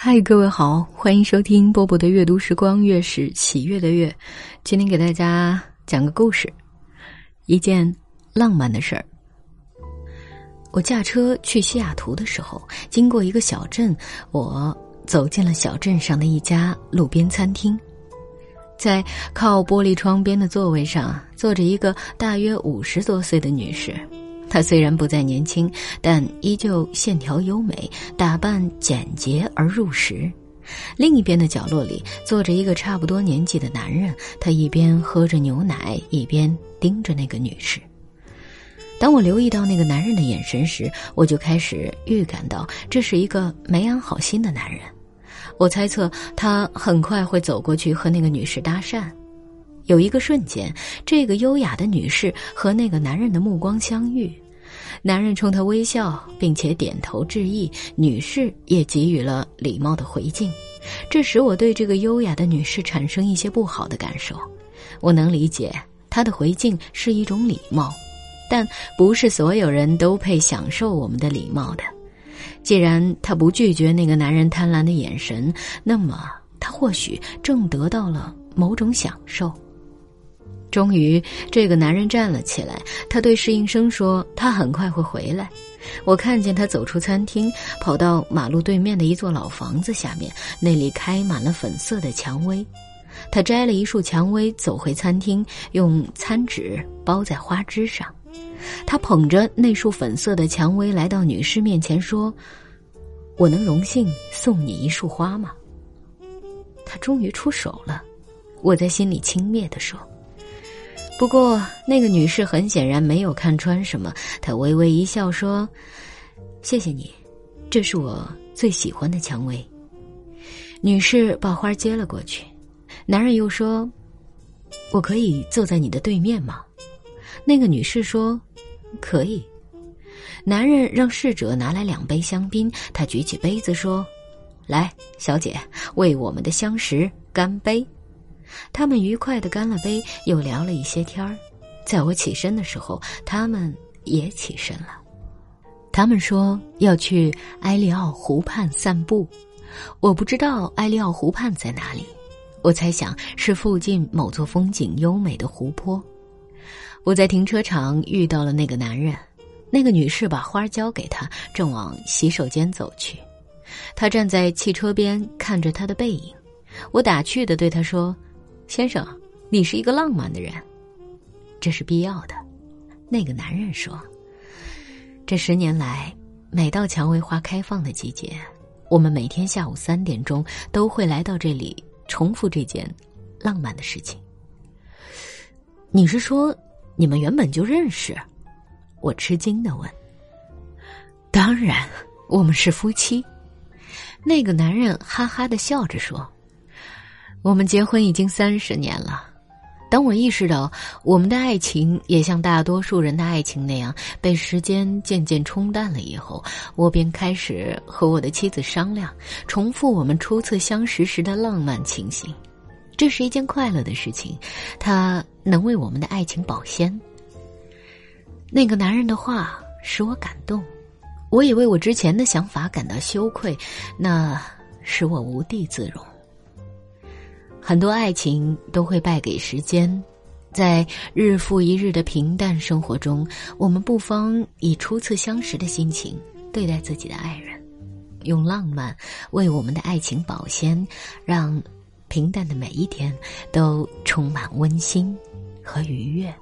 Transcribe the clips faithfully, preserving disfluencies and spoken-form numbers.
嗨，各位好，欢迎收听波波的阅读时光，月是喜悦的月。今天给大家讲个故事，一件浪漫的事儿。我驾车去西雅图的时候，经过一个小镇，我走进了小镇上的一家路边餐厅。在靠玻璃窗边的座位上，坐着一个大约五十多岁的女士。她虽然不再年轻，但依旧线条优美，打扮简洁而入时。另一边的角落里坐着一个差不多年纪的男人，他一边喝着牛奶，一边盯着那个女士。当我留意到那个男人的眼神时，我就开始预感到这是一个没安好心的男人。我猜测他很快会走过去和那个女士搭讪。有一个瞬间，这个优雅的女士和那个男人的目光相遇，男人冲她微笑并且点头致意，女士也给予了礼貌的回敬。这使我对这个优雅的女士产生一些不好的感受。我能理解她的回敬是一种礼貌，但不是所有人都配享受我们的礼貌的。既然她不拒绝那个男人贪婪的眼神，那么她或许正得到了某种享受。终于，这个男人站了起来，他对侍应生说他很快会回来。我看见他走出餐厅，跑到马路对面的一座老房子下面，那里开满了粉色的蔷薇。他摘了一束蔷薇走回餐厅，用餐纸包在花枝上。他捧着那束粉色的蔷薇来到女士面前说：我能荣幸送你一束花吗？他终于出手了，我在心里轻蔑地说。不过那个女士很显然没有看穿什么，她微微一笑说：谢谢你，这是我最喜欢的蔷薇。女士把花接了过去。男人又说：我可以坐在你的对面吗？那个女士说：可以。男人让侍者拿来两杯香槟，他举起杯子说：来，小姐，为我们的相识干杯。他们愉快地干了杯，又聊了一些天儿。在我起身的时候，他们也起身了。他们说要去埃利奥湖畔散步。我不知道埃利奥湖畔在哪里，我猜想是附近某座风景优美的湖泊。我在停车场遇到了那个男人，那个女士把花交给他，正往洗手间走去。他站在汽车边看着他的背影。我打趣地对他说：先生，你是一个浪漫的人。这是必要的，那个男人说。这十年来，每到蔷薇花开放的季节，我们每天下午三点钟都会来到这里，重复这件浪漫的事情。你是说你们原本就认识？我吃惊地问。当然，我们是夫妻。那个男人哈哈地笑着说。我们结婚已经三十年了。当我意识到我们的爱情也像大多数人的爱情那样被时间渐渐冲淡了以后，我便开始和我的妻子商量，重复我们初次相识时的浪漫情形。这是一件快乐的事情，它能为我们的爱情保鲜。那个男人的话使我感动，我也为我之前的想法感到羞愧，那使我无地自容。很多爱情都会败给时间，在日复一日的平淡生活中，我们不妨以初次相识的心情对待自己的爱人，用浪漫为我们的爱情保鲜，让平淡的每一天都充满温馨和愉悦。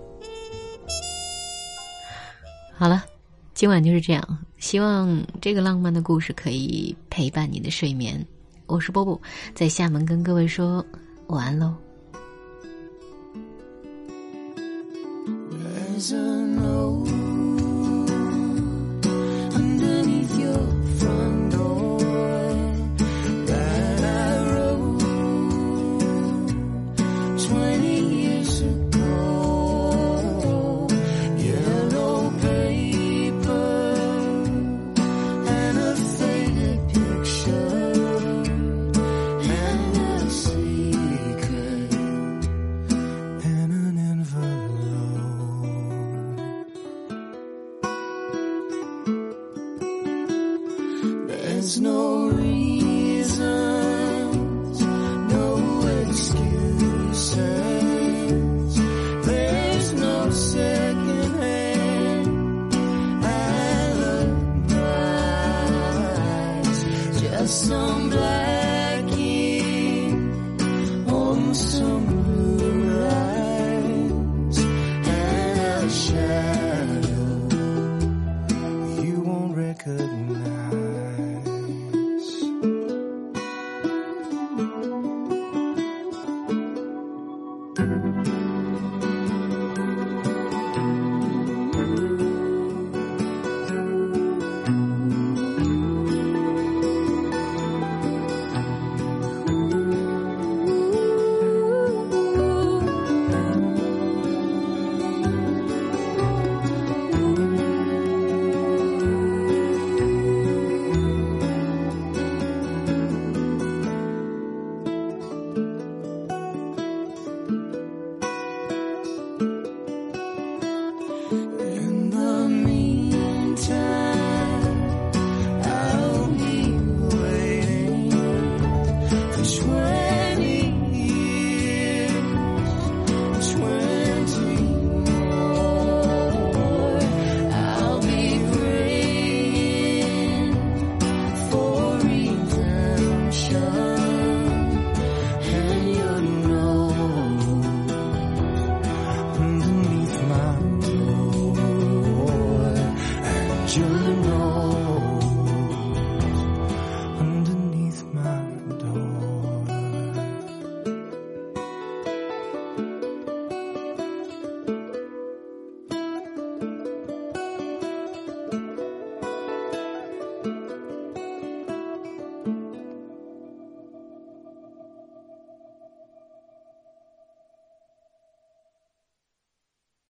好了，今晚就是这样，希望这个浪漫的故事可以陪伴你的睡眠。我是波波，在厦门跟各位说晚安喽。 There's no reason Assembler